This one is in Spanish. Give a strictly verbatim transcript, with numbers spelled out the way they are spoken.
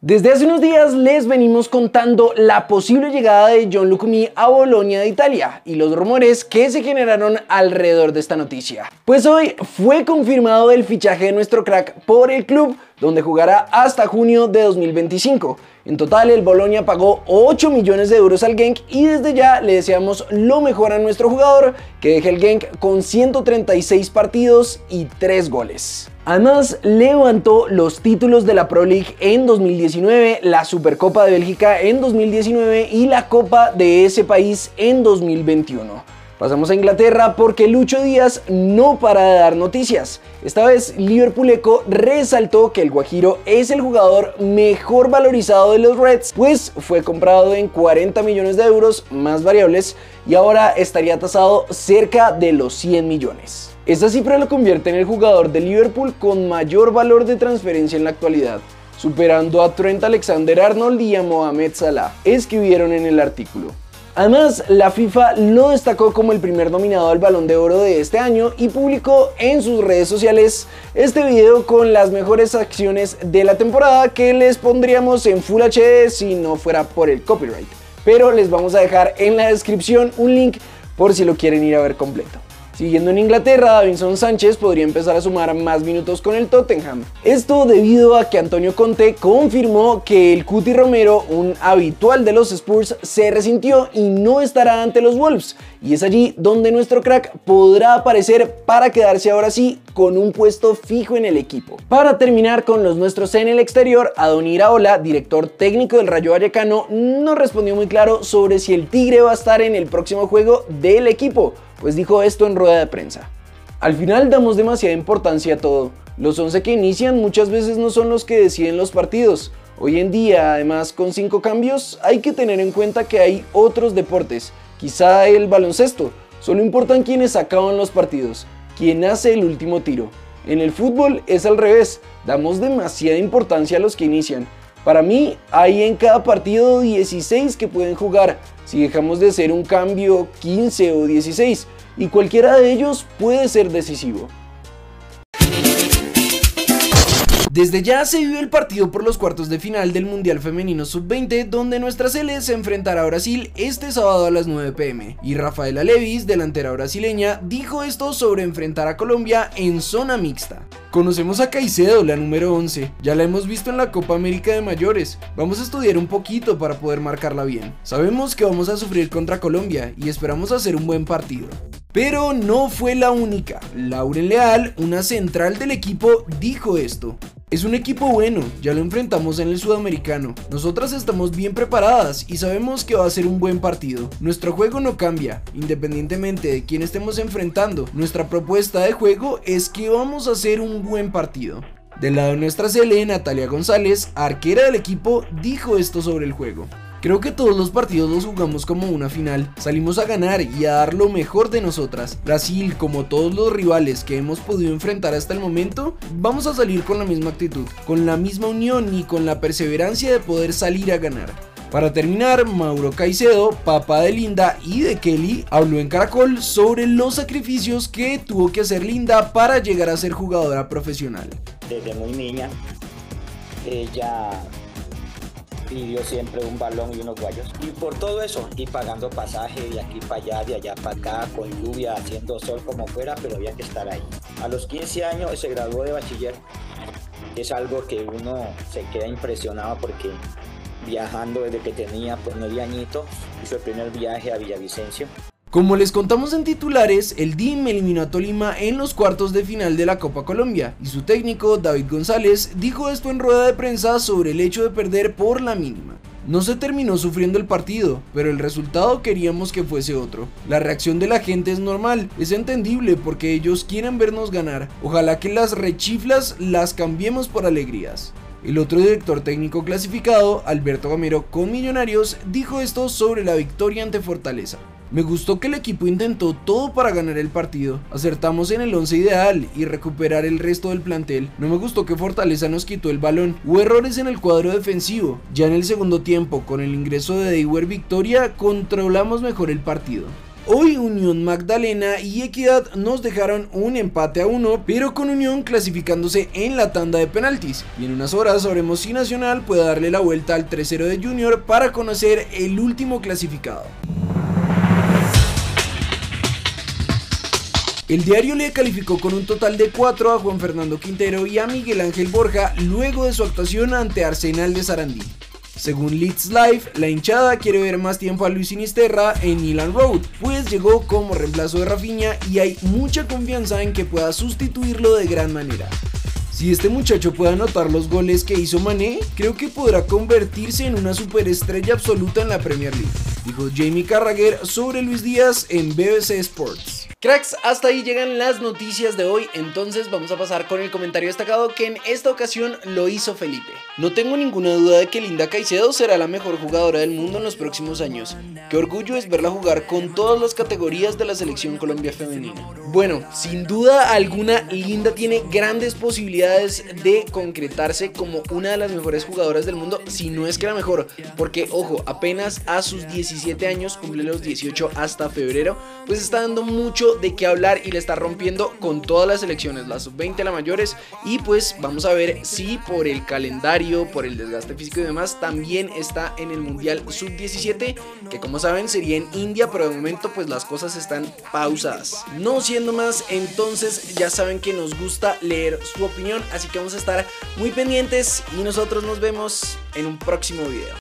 Desde hace unos días les venimos contando la posible llegada de Gianluca Mi a Bolonia de Italia y los rumores que se generaron alrededor de esta noticia. Pues hoy fue confirmado el fichaje de nuestro crack por el club, donde jugará hasta junio de dos mil veinticinco. En total, el Bolonia pagó ocho millones de euros al Genk y desde ya le deseamos lo mejor a nuestro jugador, que deje el Genk con ciento treinta y seis partidos y tres goles. Además, levantó los títulos de la Pro League en dos mil diecinueve, la Supercopa de Bélgica en dos mil diecinueve y la Copa de ese país en dos mil veintiuno. Pasamos a Inglaterra porque Lucho Díaz no para de dar noticias. Esta vez Liverpool Echo resaltó que el Guajiro es el jugador mejor valorizado de los Reds, pues fue comprado en cuarenta millones de euros más variables y ahora estaría tasado cerca de los cien millones. Esta cifra lo convierte en el jugador de Liverpool con mayor valor de transferencia en la actualidad, superando a Trent Alexander-Arnold y a Mohamed Salah, escribieron en el artículo. Además, la FIFA lo destacó como el primer nominado al Balón de Oro de este año y publicó en sus redes sociales este video con las mejores acciones de la temporada que les pondríamos en Full H D si no fuera por el copyright. Pero les vamos a dejar en la descripción un link por si lo quieren ir a ver completo. Siguiendo en Inglaterra, Davinson Sánchez podría empezar a sumar más minutos con el Tottenham. Esto debido a que Antonio Conte confirmó que el Cuti Romero, un habitual de los Spurs, se resintió y no estará ante los Wolves. Y es allí donde nuestro crack podrá aparecer para quedarse ahora sí con un puesto fijo en el equipo. Para terminar con los nuestros en el exterior, Adoni Iraola, director técnico del Rayo Vallecano, no respondió muy claro sobre si el Tigre va a estar en el próximo juego del equipo, pues dijo esto en rueda de prensa. Al final damos demasiada importancia a todo. Los once que inician muchas veces no son los que deciden los partidos. Hoy en día, además con cinco cambios, hay que tener en cuenta que hay otros deportes, quizá el baloncesto. Solo importan quienes acaban los partidos, quien hace el último tiro. En el fútbol es al revés, damos demasiada importancia a los que inician. Para mí, hay en cada partido dieciséis que pueden jugar, si dejamos de hacer un cambio quince o dieciséis, y cualquiera de ellos puede ser decisivo. Desde ya se vive el partido por los cuartos de final del Mundial Femenino sub veinte, donde nuestra Sele se enfrentará a Brasil este sábado a las nueve p m Y Rafaela Levis, delantera brasileña, dijo esto sobre enfrentar a Colombia en zona mixta. Conocemos a Caicedo, la número once, ya la hemos visto en la Copa América de mayores, vamos a estudiar un poquito para poder marcarla bien. Sabemos que vamos a sufrir contra Colombia y esperamos hacer un buen partido. Pero no fue la única. Lauren Leal, una central del equipo, dijo esto. Es un equipo bueno, ya lo enfrentamos en el Sudamericano. Nosotras estamos bien preparadas y sabemos que va a ser un buen partido. Nuestro juego no cambia, independientemente de quién estemos enfrentando. Nuestra propuesta de juego es que vamos a hacer un buen partido. Del lado de nuestra Sele, Natalia González, arquera del equipo, dijo esto sobre el juego. Creo que todos los partidos los jugamos como una final, salimos a ganar y a dar lo mejor de nosotras. Brasil, como todos los rivales que hemos podido enfrentar hasta el momento, vamos a salir con la misma actitud, con la misma unión y con la perseverancia de poder salir a ganar. Para terminar, Mauro Caicedo, papá de Linda y de Kelly, habló en Caracol sobre los sacrificios que tuvo que hacer Linda para llegar a ser jugadora profesional. Desde muy niña, ella pidió siempre un balón y unos guayos. Y por todo eso, y pagando pasaje de aquí para allá, de allá para acá, con lluvia, haciendo sol como fuera, pero había que estar ahí. A los quince años se graduó de bachiller. Es algo que uno se queda impresionado porque viajando desde que tenía pues nueve añitos, hizo el primer viaje a Villavicencio. Como les contamos en titulares, el D I M eliminó a Tolima en los cuartos de final de la Copa Colombia y su técnico, David González, dijo esto en rueda de prensa sobre el hecho de perder por la mínima. No se terminó sufriendo el partido, pero el resultado queríamos que fuese otro. La reacción de la gente es normal, es entendible porque ellos quieren vernos ganar. Ojalá que las rechiflas las cambiemos por alegrías. El otro director técnico clasificado, Alberto Gamero con Millonarios, dijo esto sobre la victoria ante Fortaleza. Me gustó que el equipo intentó todo para ganar el partido, acertamos en el once ideal y recuperar el resto del plantel. No me gustó que Fortaleza nos quitó el balón, hubo errores en el cuadro defensivo. Ya en el segundo tiempo, con el ingreso de Deiwer Victoria, controlamos mejor el partido. Hoy Unión Magdalena y Equidad nos dejaron un empate a uno, pero con Unión clasificándose en la tanda de penaltis. Y en unas horas sabremos si Nacional puede darle la vuelta al tres cero de Junior para conocer el último clasificado. El diario le calificó con un total de cuatro a Juan Fernando Quintero y a Miguel Ángel Borja luego de su actuación ante Arsenal de Sarandí. Según Leeds Live, la hinchada quiere ver más tiempo a Luis Sinisterra en Milan Road, pues llegó como reemplazo de Rafinha y hay mucha confianza en que pueda sustituirlo de gran manera. Si este muchacho puede anotar los goles que hizo Mané, creo que podrá convertirse en una superestrella absoluta en la Premier League, dijo Jamie Carragher sobre Luis Díaz en B B C Sports. Cracks, hasta ahí llegan las noticias de hoy, entonces vamos a pasar con el comentario destacado que en esta ocasión lo hizo Felipe. No tengo ninguna duda de que Linda Caicedo será la mejor jugadora del mundo en los próximos años. Qué orgullo es verla jugar con todas las categorías de la selección Colombia femenina. Bueno, sin duda alguna, Linda tiene grandes posibilidades de concretarse como una de las mejores jugadoras del mundo, si no es que la mejor, porque ojo, apenas a sus diecisiete años, cumple los dieciocho hasta febrero, pues está dando mucho de qué hablar y le está rompiendo con todas las selecciones, la sub veinte, la mayores, y pues vamos a ver si por el calendario, por el desgaste físico y demás, también está en el mundial sub diecisiete, que como saben sería en India, pero de momento pues las cosas están pausadas. No siendo más, entonces ya saben que nos gusta leer su opinión, así que vamos a estar muy pendientes y nosotros nos vemos en un próximo video.